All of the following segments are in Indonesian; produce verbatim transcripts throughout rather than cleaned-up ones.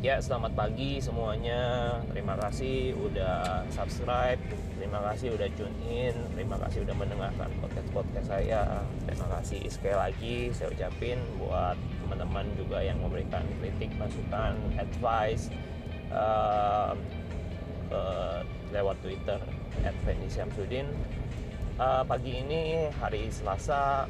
Ya, selamat pagi semuanya. Terima kasih udah subscribe. Terima kasih udah tune in. Terima kasih udah mendengarkan podcast-podcast saya. Terima kasih sekali lagi saya ucapin buat teman-teman juga yang memberikan kritik, masukan, advice uh, uh, lewat Twitter at fendi syamsuddin. Uh, pagi ini hari Selasa,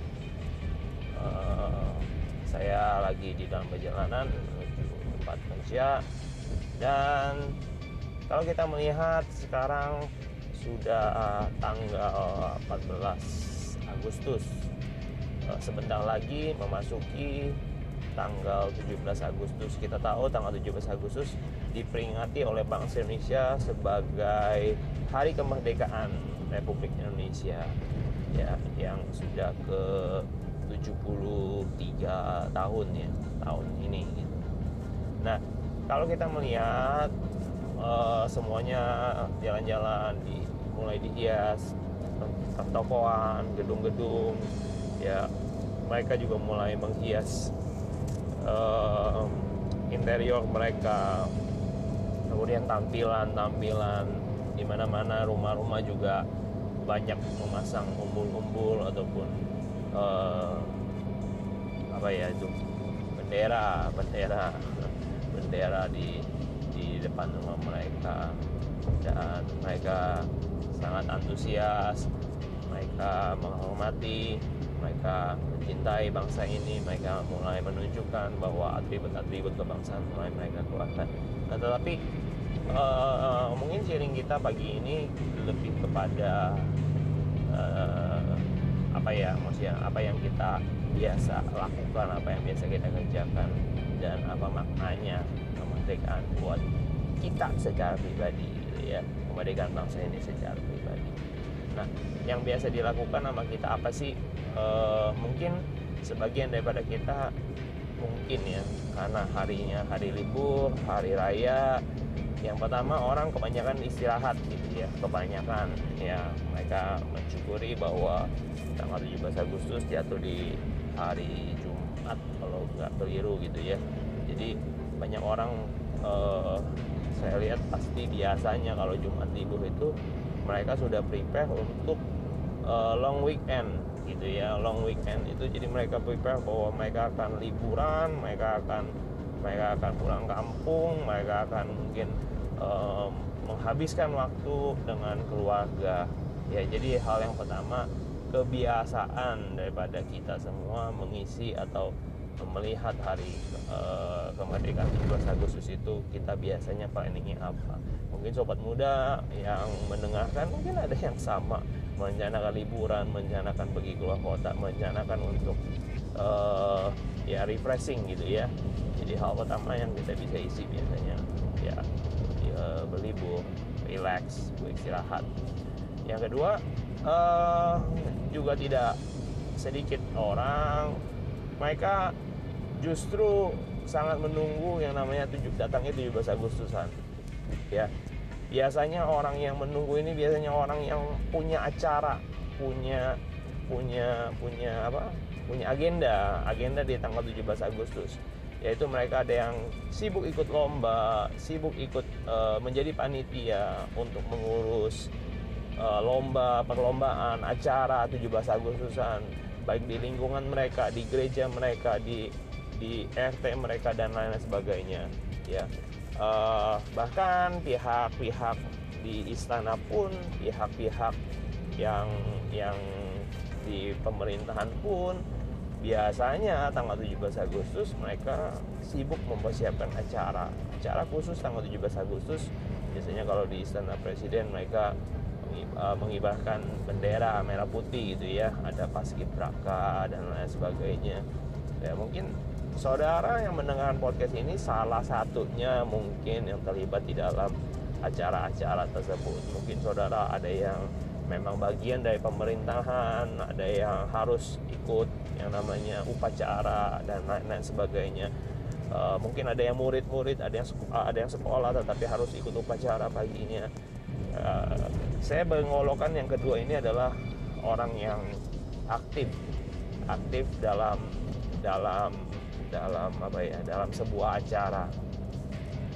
uh, saya lagi di dalam perjalanan menuju tempat kerja, dan kalau kita melihat sekarang sudah tanggal empat belas Agustus, sebentar lagi memasuki tanggal tujuh belas Agustus. Kita tahu tanggal tujuh belas Agustus diperingati oleh Bangsa Indonesia sebagai Hari Kemerdekaan Republik Indonesia, ya, yang sudah ke tujuh puluh tiga tahun ya tahun ini gitu. Nah, kalau kita melihat uh, semuanya jalan-jalan di mulai dihias, pertokoan, gedung-gedung, ya, mereka juga mulai menghias uh, interior mereka. Kemudian tampilan-tampilan di mana-mana, rumah-rumah juga banyak memasang umbul-umbul ataupun uh, apa ya itu bendera, bendera bendera di di depan rumah mereka, dan mereka sangat antusias, mereka menghormati, mereka mencintai bangsa ini, mereka mulai menunjukkan bahwa atribut-atribut kebangsaan mulai mereka keluarkan. Nah, tetapi uh, mungkin sharing kita pagi ini lebih kepada uh, apa ya maksudnya apa yang kita biasa lakukan, apa yang biasa kita kerjakan, dan apa maknanya kemerdekaan buat kita secara pribadi gitu ya, kemerdekaan bangsa ini secara pribadi. Nah, yang biasa dilakukan sama kita apa sih? E, mungkin sebagian daripada kita mungkin ya, karena harinya hari libur, hari raya, yang pertama orang kebanyakan istirahat gitu ya, kebanyakan ya, mereka mensyukuri bahwa tanggal tujuh belas Agustus jatuh di hari Jumat kalau nggak keliru gitu ya. Jadi banyak orang eh, saya lihat pasti biasanya kalau Jumat libur itu mereka sudah prepare untuk eh, long weekend gitu ya. Long weekend itu jadi mereka prepare bahwa mereka akan liburan, mereka akan mereka akan pulang kampung, mereka akan mungkin eh, menghabiskan waktu dengan keluarga. Ya, jadi hal yang pertama, kebiasaan daripada kita semua mengisi atau melihat hari uh, kemerdekaan tujuh belas Agustus itu, kita biasanya planningnya apa? Mungkin sobat muda yang mendengarkan mungkin ada yang sama, merencanakan liburan, merencanakan pergi keluar kota, merencanakan untuk uh, ya refreshing gitu ya. Jadi hal pertama yang kita bisa isi biasanya ya, ya berlibur, relax, beristirahat. Yang kedua, uh, juga tidak sedikit orang mereka justru sangat menunggu yang namanya tujuh datangnya tujuh belas Agustusan ya. Biasanya orang yang menunggu ini biasanya orang yang punya acara, punya punya punya apa punya agenda agenda di tanggal tujuh belas Agustus, yaitu mereka ada yang sibuk ikut lomba, sibuk ikut uh, menjadi panitia untuk mengurus uh, lomba, perlombaan, acara tujuh belas Agustusan, baik di lingkungan mereka, di gereja mereka, di di R T mereka, dan lain sebagainya ya. Uh, bahkan pihak-pihak di istana pun, pihak-pihak yang yang di pemerintahan pun biasanya tanggal tujuh belas Agustus mereka sibuk mempersiapkan acara acara khusus tanggal tujuh belas Agustus. Biasanya kalau di istana presiden mereka mengibarkan bendera merah putih gitu ya, ada paskibraka dan lain sebagainya ya. Mungkin saudara yang mendengarkan podcast ini salah satunya mungkin yang terlibat di dalam acara-acara tersebut. Mungkin saudara ada yang memang bagian dari pemerintahan, ada yang harus ikut yang namanya upacara dan lain-lain sebagainya. Uh, mungkin ada yang murid-murid, ada yang ada yang sekolah tetapi harus ikut upacara paginya. Uh, saya mengolokkan yang kedua ini adalah orang yang aktif aktif dalam dalam dalam apa ya dalam sebuah acara.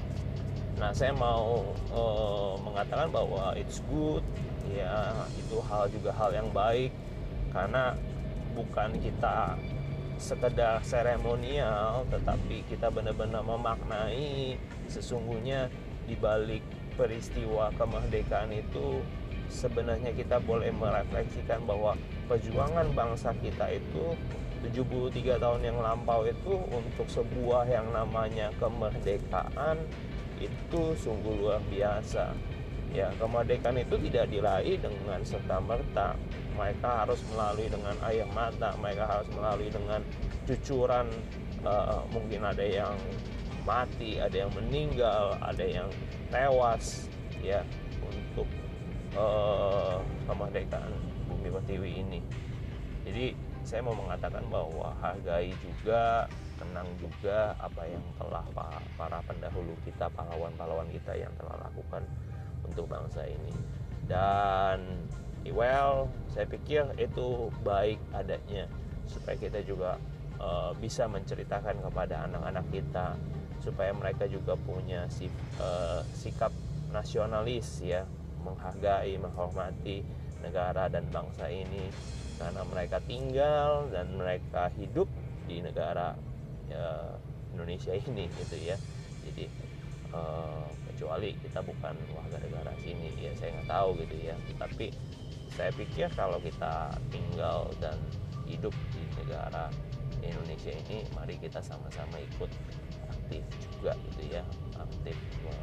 Nah, saya mau uh, mengatakan bahwa it's good, ya itu hal juga hal yang baik, karena bukan kita sekedar seremonial, tetapi kita benar-benar memaknai sesungguhnya di balik peristiwa kemerdekaan itu sebenarnya kita boleh merefleksikan bahwa perjuangan bangsa kita itu tujuh puluh tiga tahun yang lampau itu untuk sebuah yang namanya kemerdekaan itu sungguh luar biasa. Ya, kemerdekaan itu tidak diraih dengan serta-merta. Mereka harus melalui dengan air mata, mereka harus melalui dengan cucuran, uh, mungkin ada yang mati, ada yang meninggal, ada yang tewas, ya, untuk uh, kemerdekaan bumi pertiwi ini. Jadi saya mau mengatakan bahwa hargai juga, kenang juga apa yang telah para pendahulu kita, pahlawan-pahlawan kita yang telah lakukan untuk bangsa ini. Dan well, saya pikir itu baik adanya supaya kita juga uh, bisa menceritakan kepada anak-anak kita, supaya mereka juga punya sif, uh, sikap nasionalis, ya, menghargai, menghormati negara dan bangsa ini, karena mereka tinggal dan mereka hidup di negara ya, Indonesia ini, gitu ya. Jadi uh, kecuali kita bukan warga negara sini, ya saya nggak tahu gitu ya. Tapi saya pikir kalau kita tinggal dan hidup di negara Indonesia ini, mari kita sama-sama ikut aktif juga gitu ya, aktif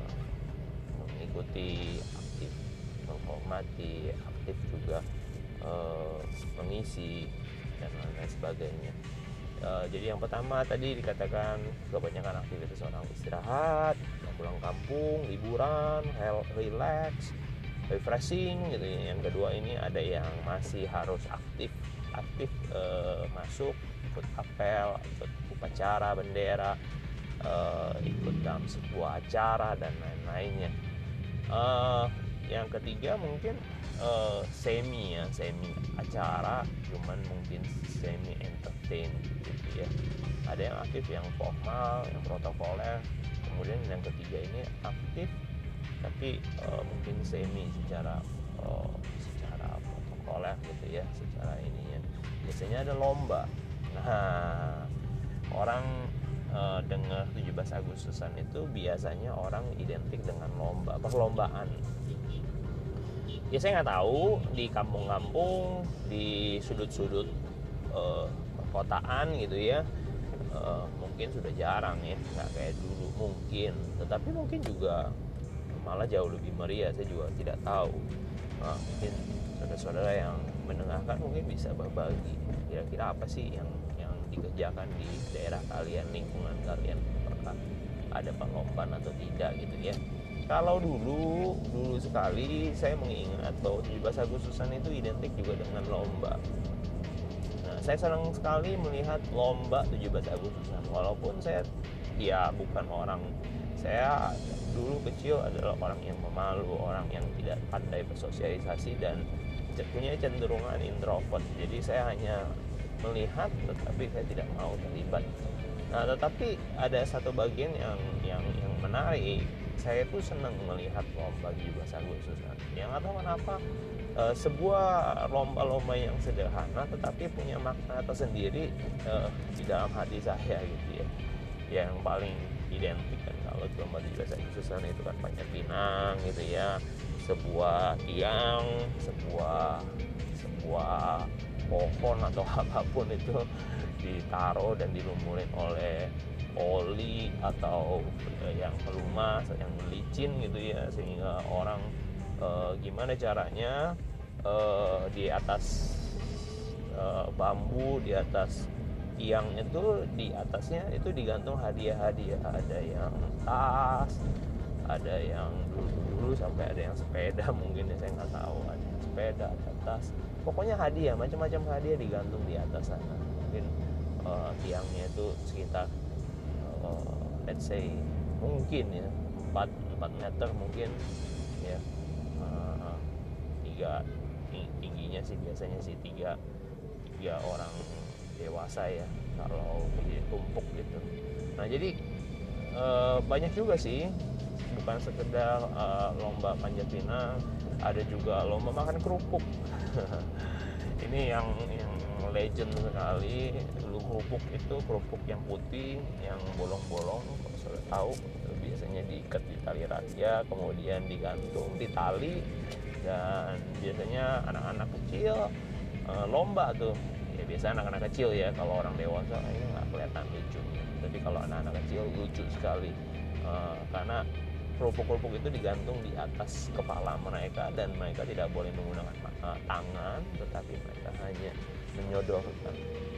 mengikuti, aktif menghormati, aktif juga uh, mengisi dan lain-lain sebagainya. Uh, jadi yang pertama tadi dikatakan kebanyakan aktivitas orang istirahat, pulang kampung, liburan, relax, refreshing gitu ya. Yang kedua ini ada yang masih harus aktif, aktif uh, masuk, ikut apel, ikut upacara bendera, uh, ikut dalam sebuah acara dan lain-lainnya. Uh, yang ketiga mungkin uh, semi ya, semi acara, cuman mungkin semi entertain gitu ya. Ada yang aktif, yang formal, yang protokoler. Kemudian yang ketiga ini aktif tapi uh, mungkin semi secara uh, secara protokoler gitu ya, secara ininya. Biasanya ada lomba. Nah, orang uh, dengar tujuh belas Agustusan itu biasanya orang identik dengan lomba, perlombaan. Ya saya nggak tahu di kampung-kampung, di sudut-sudut uh, perkotaan gitu ya, uh, mungkin sudah jarang ya, nggak kayak dulu mungkin. Tetapi mungkin juga malah jauh lebih meriah, saya juga tidak tahu. Nah, mungkin saudara-saudara yang mendengarkan mungkin bisa berbagi kira-kira apa sih yang yang dikerjakan di daerah kalian, lingkungan kalian, apakah ada perlombaan atau tidak gitu ya. Kalau dulu, dulu sekali saya mengingat bahwa tujuh belas Agustusan itu identik juga dengan lomba. Nah, saya senang sekali melihat lomba tujuh belas Agustusan. Walaupun saya ya bukan orang, saya dulu kecil adalah orang yang pemalu, orang yang tidak pandai bersosialisasi dan punya cenderungan introvert. Jadi saya hanya melihat tetapi saya tidak mau terlibat. Nah, tetapi ada satu bagian yang yang yang menarik. Saya tuh senang melihat lomba tujuh belas Agustusan. Yang nggak tahu kenapa e, sebuah lomba-lomba yang sederhana tetapi punya makna tersendiri e, di dalam hati saya gitu ya. Yang paling identik kan kalau lomba tujuh belas Agustusan itu kan Panjat Pinang gitu ya. Sebuah tiang, sebuah sebuah pohon atau apapun itu ditaruh dan dilumurin oleh oli atau eh, yang pelumas, yang licin gitu ya, sehingga orang eh, gimana caranya eh, di atas eh, bambu, di atas tiang itu, di atasnya itu digantung hadiah-hadiah. Ada yang tas, ada yang dulu-dulu sampai ada yang sepeda mungkin ya, saya nggak tahu, ada yang sepeda, ada tas, pokoknya hadiah, macam-macam hadiah digantung di atas sana. Mungkin uh, tiangnya itu sekitar uh, let's say mungkin ya empat meter mungkin ya, uh, tiga tingginya sih biasanya sih tiga tiga orang dewasa ya kalau ditumpuk gitu. Nah jadi uh, banyak juga sih bukan sekedar uh, lomba panjat pinang, ada juga lomba makan kerupuk. Ini yang yang legend sekali. Dulu kerupuk itu kerupuk yang putih, yang bolong-bolong, kalau sudah tahu itu biasanya diikat di tali razia, kemudian digantung di tali, dan biasanya anak-anak kecil uh, lomba tuh. Ya biasa anak-anak kecil ya, kalau orang dewasa ini nggak kelihatan lucunya, tapi kalau anak-anak kecil lucu sekali. Uh, karena kerupuk-kerupuk itu digantung di atas kepala mereka, dan mereka tidak boleh menggunakan uh, tangan, tetapi mereka hanya menyodorkan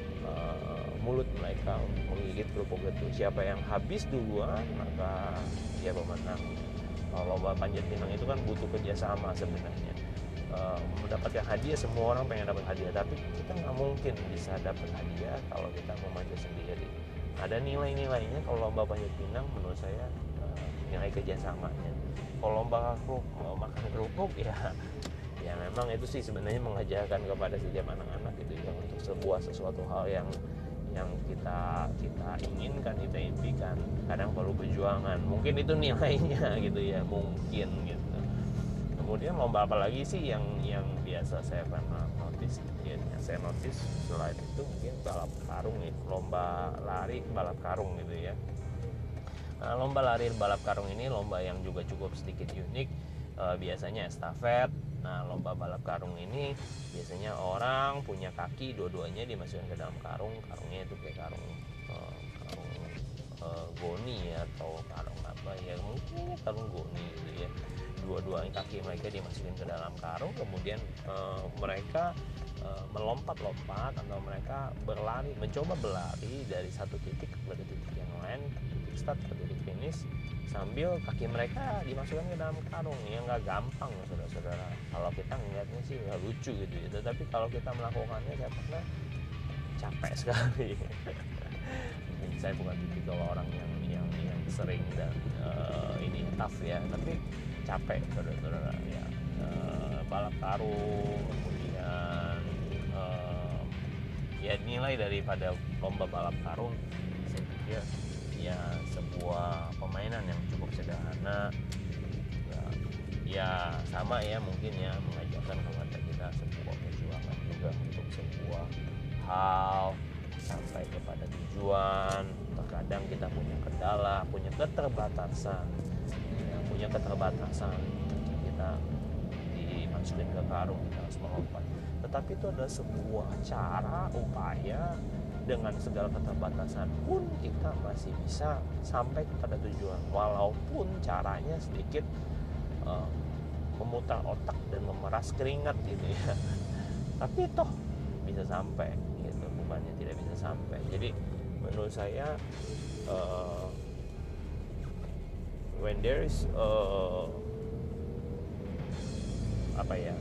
uh, mulut mereka untuk menggigit kerupuk itu. Siapa yang habis duluan maka dia pemenang. Kalau lomba panjat pinang itu kan butuh kerjasama sebenarnya. Uh, mendapatkan hadiah, semua orang pengen dapat hadiah, tapi kita nggak mungkin bisa dapat hadiah kalau kita memanjat sendiri. Ada nilai-nilainya kalau lomba panjat pinang menurut saya, uh, nilai kerjasamanya. Kalau lomba kerupuk, uh, makan kerupuk ya ya memang itu sih sebenarnya mengajarkan kepada setiap anak-anak gitu ya, untuk sebuah sesuatu hal yang yang kita kita inginkan, kita impikan, kadang perlu perjuangan. Mungkin itu nilainya gitu ya, mungkin gitu. Kemudian lomba apa lagi sih yang yang biasa saya pernah notice ya, yang saya notice selain itu mungkin balap karung ya, lomba lari balap karung gitu ya. Nah, lomba lari balap karung ini lomba yang juga cukup sedikit unik. E, biasanya estafet. Nah, lomba balap karung ini biasanya orang punya kaki dua-duanya dimasukkan ke dalam karung. Karungnya itu kayak karung e, karung e, goni ya, atau karung apa ya, mungkin karung goni gitu ya. Dua-dua kaki mereka dimasukin ke dalam karung, kemudian e, mereka e, melompat-lompat atau mereka berlari, mencoba berlari dari satu titik ke titik yang lain, titik start ke titik finish, sambil kaki mereka dimasukkan ke dalam karung. Ya nggak gampang saudara-saudara. Kalau kita ngeliatnya sih nggak lucu gitu ya, tetapi kalau kita melakukannya saya pernah capek sekali. Saya bukan tipikal orang yang yang yang sering dan uh, ini tough ya, tapi capek saudara-saudara ya. Uh, balap karung, kemudian uh, ya nilai daripada lomba balap karung saya pikir ya sebuah permainan yang cukup sederhana ya, ya sama ya mungkin ya, mengajarkan kepada kita sebuah perjuangan juga untuk sebuah hal sampai kepada tujuan. Terkadang kita punya kendala, punya keterbatasan ya, punya keterbatasan kita dimasukin ke karung, kita harus melompat, tetapi itu adalah sebuah cara, upaya. Dengan segala keterbatasan pun kita masih bisa sampai kepada tujuan, walaupun caranya sedikit uh, memutar otak dan memeras keringat gitu ya. Tapi toh bisa sampai gitu, bukannya tidak bisa sampai. Jadi menurut saya uh, when there is uh, apa ya,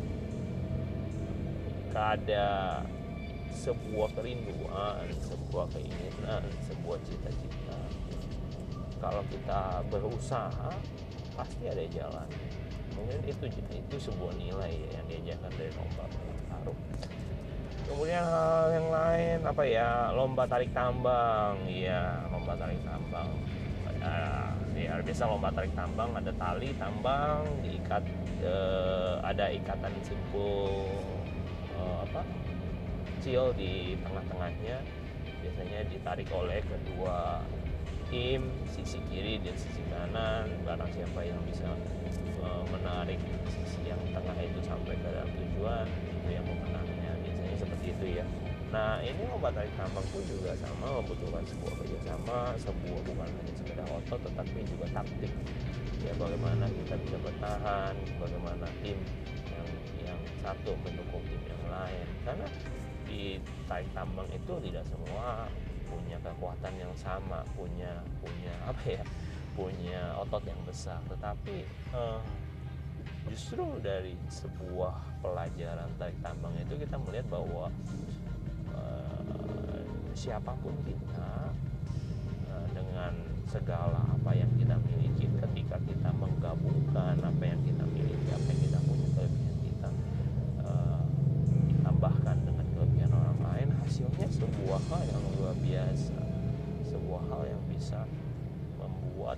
ada sebuah kerinduan, sebuah keinginan, sebuah cita-cita, kalau kita berusaha pasti ada jalan. Mungkin itu itu sebuah nilai yang diajarkan dari lomba balap karung. Kemudian hal yang lain apa ya, lomba tarik tambang. Iya, lomba tarik tambang. Ya, ya biasa lomba tarik tambang ada tali tambang diikat, eh, ada ikatan simpul eh, apa kecil di tengah-tengahnya, biasanya ditarik oleh kedua tim, sisi kiri dan sisi kanan. Barang siapa yang bisa uh, menarik sisi yang tengah itu sampai ke dalam tujuan, itu yang memenangnya, biasanya seperti itu ya. Nah, ini lomba tarik tambang pun juga sama, membutuhkan sebuah kerjasama, sebuah bukan hanya sekedar otot tetapi juga taktik ya, bagaimana kita bisa bertahan, bagaimana tim yang yang satu mendukung tim yang lain. Karena di tarik tambang itu tidak semua punya kekuatan yang sama, punya punya apa ya, punya otot yang besar, tetapi eh, justru dari sebuah pelajaran tarik tambang itu kita melihat bahwa eh, siapapun kita, eh, dengan segala apa yang kita miliki, ketika kita menggabungkan apa yang kita miliki, apa yang kita punya, kelebihan kita, eh, ditambahkan dengan kelebihan orang lain, hasilnya sebuah hal yang luar biasa, sebuah hal yang bisa membuat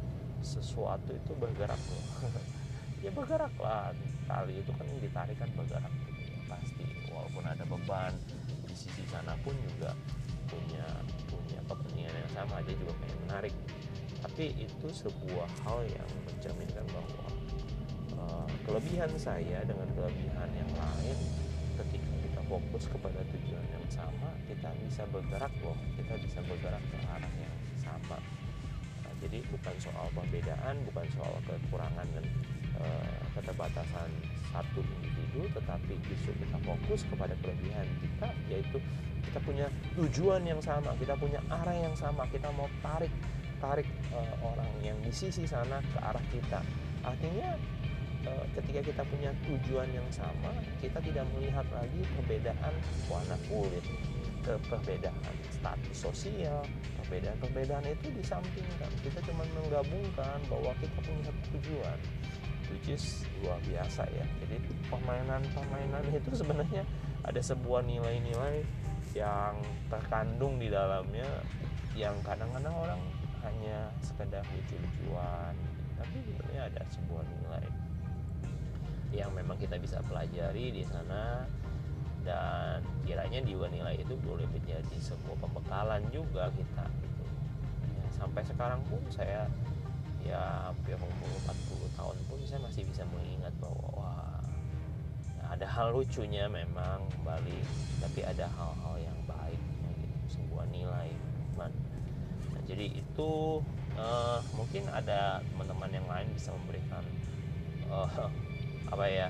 sesuatu itu bergerak loh. Ya bergerak lah, tali itu kan ditarik kan bergerak gitu ya, pasti walaupun ada beban di sisi sana pun juga punya punya kepentingan yang sama, dia juga pengen menarik. Tapi itu sebuah hal yang mencerminkan bahwa uh, kelebihan saya dengan kelebihan yang lain, ketika kita fokus kepada tujuan yang sama, kita bisa bergerak loh, kita bisa bergerak ke arah yang sama. Nah, jadi bukan soal perbedaan, bukan soal kekurangan dan uh, keterbatasan satu individu, tetapi justru kita fokus kepada kelebihan kita, yaitu kita punya tujuan yang sama, kita punya arah yang sama, kita mau tarik tarik uh, orang yang di sisi sana ke arah kita. Artinya uh, ketika kita punya tujuan yang sama, kita tidak melihat lagi perbedaan warna kulit, ke perbedaan status sosial, perbedaan-perbedaan itu disampingkan. Kita cuma menggabungkan bahwa kita punya satu tujuan, which is luar biasa ya. Jadi permainan-permainan itu sebenarnya ada sebuah nilai-nilai yang terkandung di dalamnya, yang kadang-kadang orang hanya sekedar lucu-lucuan, tapi sebenarnya ada sebuah nilai yang memang kita bisa pelajari di sana, dan kiranya dua nilai itu boleh menjadi sebuah pembekalan juga kita gitu. Ya, sampai sekarang pun saya ya hampir umur empat puluh tahun pun saya masih bisa mengingat bahwa wah, ya ada hal lucunya memang kembali, tapi ada hal-hal yang baiknya gitu, sebuah nilai man. Nah, jadi itu uh, mungkin ada teman-teman yang lain bisa memberikan uh, apa ya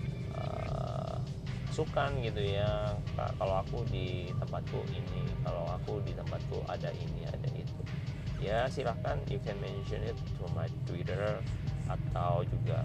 uh, masukan gitu ya. Kalau aku di tempatku ini, kalau aku di tempatku ada ini, ada itu. Ya silahkan, you can mention it to my Twitter, atau juga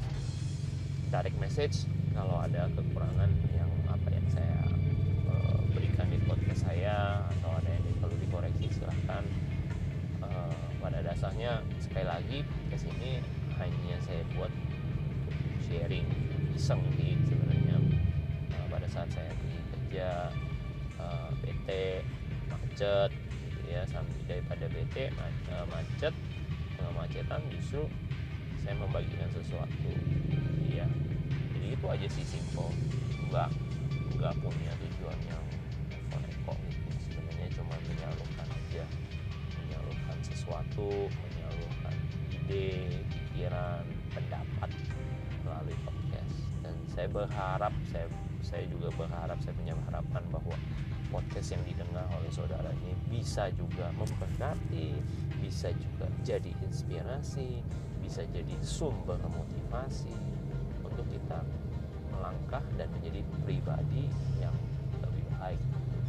direct message kalau ada kekurangan yang apa yang saya uh, berikan di podcast saya, atau ada yang perlu dikoreksi, silahkan. Uh, pada dasarnya sekali lagi kesini hanya saya buat sharing iseng sih sebenarnya. Uh, pada saat saya pergi kerja uh, bete, macet gitu ya, sambil daripada bete macet kemacetan, justru saya membagikan sesuatu ya. Jadi itu aja sih, simple, enggak enggak punya tujuan yang neko-neko gitu. Sebenarnya cuma menyalurkan aja, menyalurkan sesuatu, menyalurkan ide, pikiran, pendapat melalui podcast. Dan saya berharap, saya saya juga berharap, saya punya harapan bahwa podcast yang didengar oleh saudara ini bisa juga memberkati, bisa juga jadi inspirasi, bisa jadi sumber motivasi untuk kita melangkah dan menjadi pribadi yang lebih baik.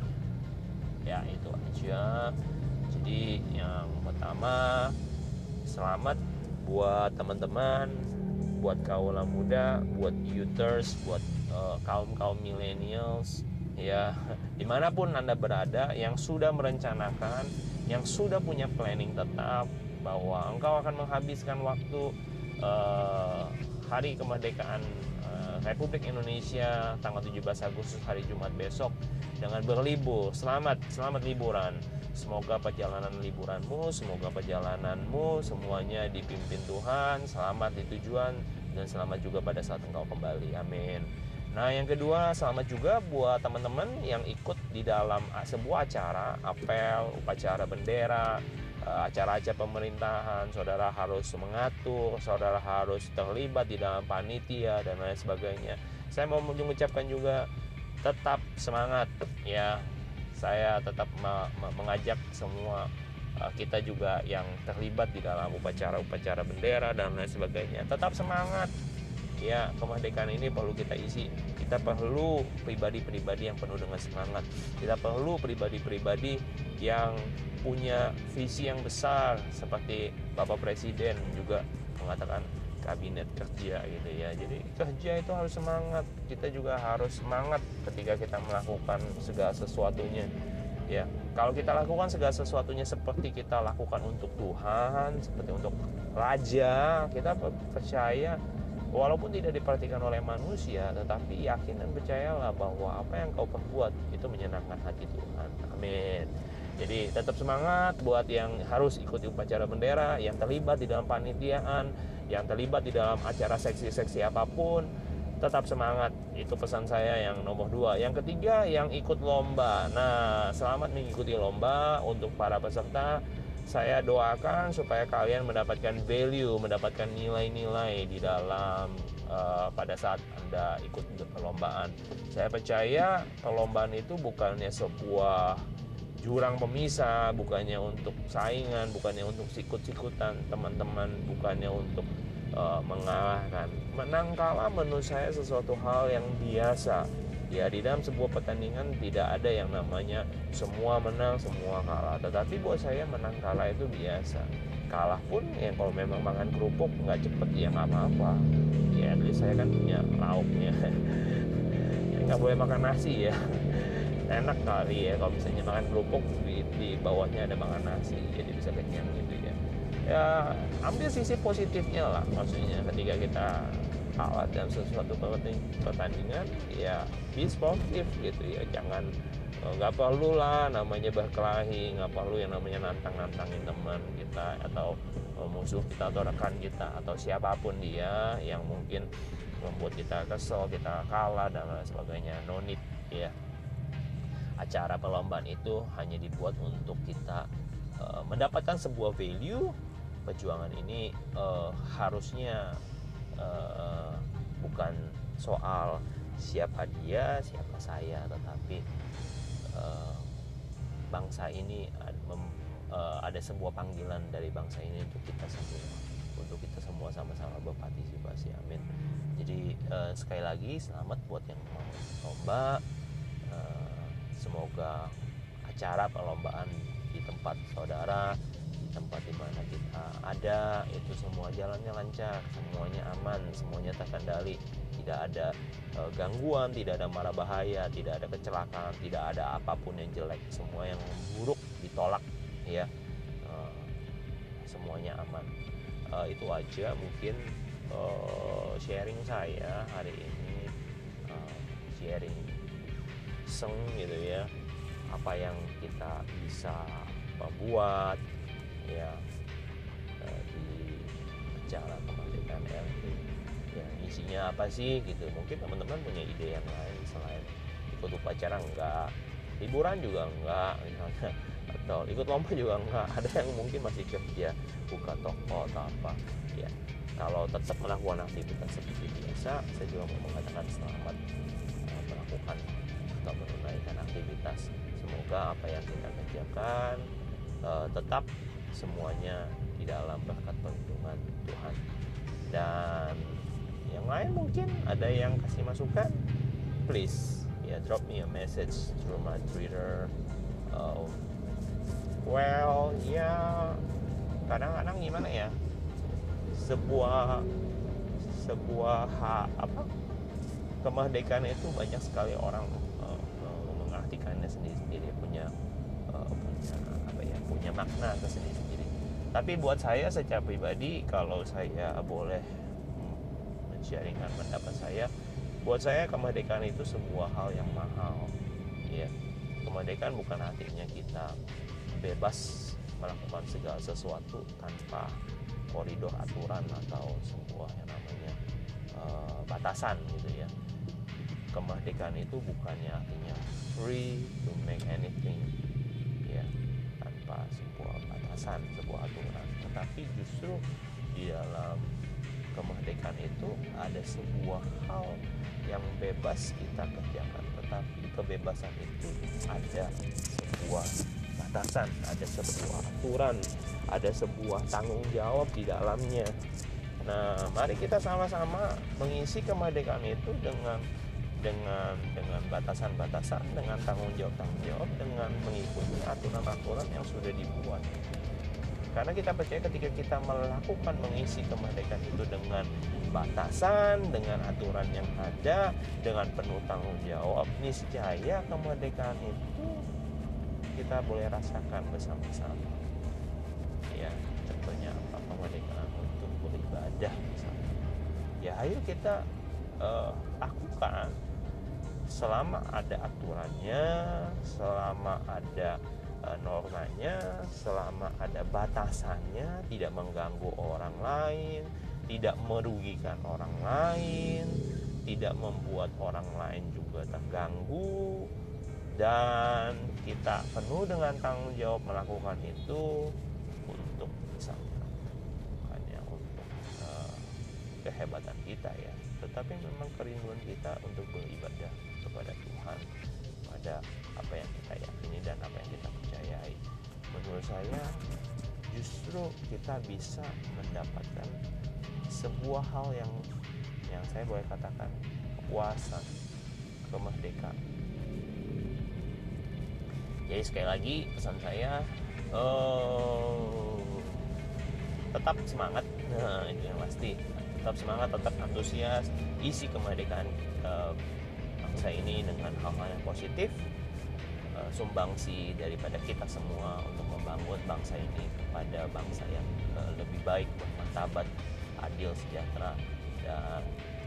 Ya itu aja. Jadi yang pertama, selamat buat teman-teman, buat kaula muda, buat youthers, buat uh, kaum-kaum millennials ya, dimanapun Anda berada, yang sudah merencanakan, yang sudah punya planning tetap bahwa engkau akan menghabiskan waktu uh, hari kemerdekaan uh, Republik Indonesia tanggal tujuh belas Agustus, hari Jumat besok, dengan berlibur. Selamat, selamat liburan. Semoga perjalanan liburanmu, semoga perjalananmu semuanya dipimpin Tuhan, selamat di tujuan, dan selamat juga pada saat engkau kembali. Amin. Nah, yang kedua, selamat juga buat teman-teman yang ikut di dalam sebuah acara, apel, upacara bendera, acara-acara pemerintahan. Saudara harus mengatur, saudara harus terlibat di dalam panitia dan lain sebagainya. Saya mau mengucapkan juga tetap semangat ya. Saya tetap mengajak semua kita juga yang terlibat di dalam upacara-upacara bendera dan lain sebagainya, tetap semangat. Ya, kemerdekaan ini perlu kita isi. Kita perlu pribadi-pribadi yang penuh dengan semangat. Kita perlu pribadi-pribadi yang punya visi yang besar, seperti Bapak Presiden juga mengatakan kabinet kerja gitu ya. Jadi kerja itu harus semangat. Kita juga harus semangat ketika kita melakukan segala sesuatunya. Ya, kalau kita lakukan segala sesuatunya seperti kita lakukan untuk Tuhan, seperti untuk Raja, kita percaya walaupun tidak diperhatikan oleh manusia, tetapi yakin dan percayalah bahwa apa yang kau perbuat itu menyenangkan hati Tuhan. Amin. Jadi tetap semangat buat yang harus ikuti upacara bendera, yang terlibat di dalam panitiaan, yang terlibat di dalam acara seksi-seksi apapun, tetap semangat. Itu pesan saya yang nomor dua. Yang ketiga, yang ikut lomba. Nah, selamat mengikuti lomba. Untuk para peserta, saya doakan supaya kalian mendapatkan value, mendapatkan nilai-nilai di dalam uh, pada saat Anda ikut perlombaan. Saya percaya perlombaan itu bukannya sebuah jurang pemisah, bukannya untuk saingan, bukannya untuk sikut-sikutan teman-teman, bukannya untuk uh, mengalahkan. Menang kalah menurut saya sesuatu hal yang biasa. Ya, di dalam sebuah pertandingan tidak ada yang namanya semua menang, semua kalah. Tetapi buat saya menang kalah itu biasa. Kalah pun ya kalau memang makan kerupuk nggak cepet ya nggak apa-apa. Ya, at least saya kan punya lauknya. Ya, nggak boleh makan nasi ya. Enak kali ya kalau misalnya makan kerupuk di, di bawahnya ada makan nasi, jadi bisa kenyang gitu ya. Ya, ambil sisi positifnya lah, maksudnya ketika kita kalah dalam sesuatu pertandingan, ya be sportif gitu ya. Jangan, nggak perlu lah namanya berkelahi, nggak perlu yang namanya nantang-nantangin teman kita atau musuh kita atau rekan kita atau siapapun dia yang mungkin membuat kita kesel, kita kalah dan lain sebagainya. No need ya. Acara perlombaan itu hanya dibuat untuk kita uh, mendapatkan sebuah value. Perjuangan ini uh, harusnya uh, bukan soal siapa dia, siapa saya, tetapi uh, bangsa ini ada, mem, uh, ada sebuah panggilan dari bangsa ini untuk kita semua, untuk kita semua sama-sama berpartisipasi. Amin. Jadi uh, sekali lagi selamat buat yang mau lomba. Uh, Semoga acara perlombaan di tempat saudara, di tempat dimana kita ada, itu semua jalannya lancar, semuanya aman, semuanya terkendali, tidak ada e, gangguan, tidak ada mara bahaya, tidak ada kecelakaan, tidak ada apapun yang jelek, semua yang buruk ditolak ya, e, semuanya aman. E, itu aja mungkin e, sharing saya hari ini, e, sharing seng gitu ya, apa yang kita bisa buat ya eh, di acara kemerdekaan R I ya, isinya apa sih gitu. Mungkin teman-teman punya ide yang lain selain ikut upacara enggak, liburan juga enggak misalnya, atau ikut lomba juga enggak. Ada yang mungkin masih kerja, buka toko atau apa ya. Kalau tetap melakukan aktivitas seperti biasa, saya juga mau mengatakan selamat uh, melakukan atau menunaikan aktivitas. Semoga apa yang kita kerjakan uh, tetap semuanya di dalam berkat perlindungan Tuhan. Dan yang lain mungkin ada yang kasih masukan, please ya, yeah, drop me a message through my Twitter. Uh, well ya yeah, kadang-kadang gimana ya, sebuah sebuah hak apa kemerdekaan itu banyak sekali orang uh, mengartikannya sendiri-sendiri, punya uh, punya apa ya, punya makna tersendiri-sendiri. Tapi buat saya secara pribadi, kalau saya boleh men-sharingkan pendapat saya, buat saya kemerdekaan itu sebuah hal yang mahal. Ya, kemerdekaan bukan artinya kita bebas melakukan segala sesuatu tanpa koridor aturan atau sebuah yang namanya uh, batasan gitu ya. Kemerdekaan itu bukannya artinya free to make anything ya, tanpa sebuah batasan, sebuah aturan, tetapi justru di dalam kemerdekaan itu ada sebuah hal yang bebas kita kerjakan, tetapi kebebasan itu ada sebuah batasan, ada sebuah aturan, ada sebuah tanggung jawab di dalamnya. Nah, mari kita sama-sama mengisi kemerdekaan itu dengan dengan dengan batasan-batasan, dengan tanggung jawab-tanggung jawab, dengan mengikuti aturan-aturan yang sudah dibuat. Karena kita percaya ketika kita melakukan mengisi kemerdekaan itu dengan batasan, dengan aturan yang ada, dengan penuh tanggung jawab, niscaya kemerdekaan itu kita boleh rasakan bersama-sama. Ya, contohnya apa? Kemerdekaan untuk beribadah misalnya. Ya, ayo kita uh, lakukan selama ada aturannya, selama ada normanya, selama ada batasannya, tidak mengganggu orang lain, tidak merugikan orang lain, tidak membuat orang lain juga terganggu, dan kita penuh dengan tanggung jawab melakukan itu untuk misalnya bukannya untuk uh, kehebatan kita ya, tetapi memang kerinduan kita untuk beribadah kepada Tuhan, pada apa yang kita yakini dan apa yang kita percayai. Menurut saya justru kita bisa mendapatkan sebuah hal yang yang saya boleh katakan kepuasan, kemerdekaan. Jadi sekali lagi pesan saya, oh, tetap semangat, nah itu yang pasti, tetap semangat, tetap antusias, isi kemerdekaan uh, bangsa ini dengan hal-hal yang positif, uh, sumbangsi daripada kita semua untuk membangun bangsa ini kepada bangsa yang uh, lebih baik, bermartabat, adil, sejahtera, dan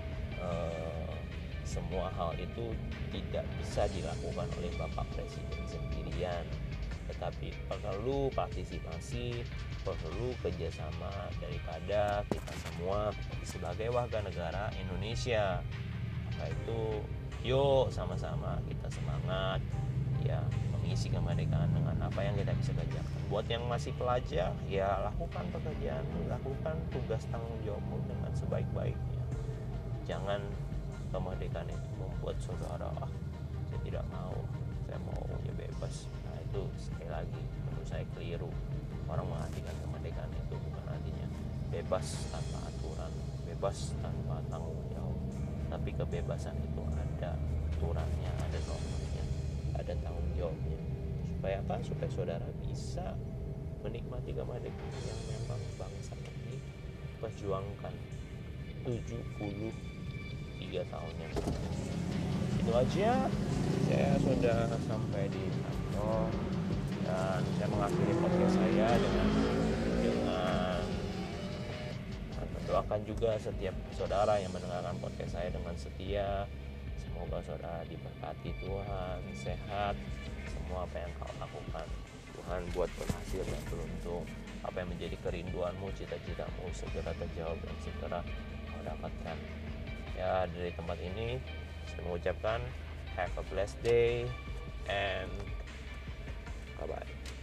uh, semua hal itu tidak bisa dilakukan oleh Bapak Presiden sendirian, tetapi perlu partisipasi, perlu kerjasama daripada kita semua sebagai warga negara Indonesia. Maka itu yuk sama-sama kita semangat ya, mengisi kemerdekaan dengan apa yang kita bisa kerjakan. Buat yang masih pelajar ya, lakukan pekerjaan, lakukan tugas tanggung jawabmu dengan sebaik-baiknya. Jangan kemerdekaan itu membuat saudara, ah saya tidak mau, saya mau ya bebas. Nah itu sekali lagi menurut saya keliru. Orang mengartikan kemerdekaan itu bukan artinya bebas tanpa aturan, bebas tanpa tanggung jawab, tapi kebebasan itu ada aturannya, ada normanya, ada tanggung jawabnya. Supaya apa? Supaya saudara bisa menikmati kemerdekaan yang memang bangsa ini perjuangkan tujuh puluh tiga tahun yang lalu. Itu aja, saya sudah sampai di kantor dan saya mengakhiri podcast saya dengan dengan mendoakan juga setiap saudara yang mendengarkan podcast saya dengan setia. Semoga saudara diberkati Tuhan, sehat, semua apa yang kau lakukan Tuhan buat berhasil dan beruntung. Apa yang menjadi kerinduanmu, cita-citamu segera terjawab dan segera kau dapatkan. Ya, dari tempat ini saya mengucapkan have a blessed day and bye bye.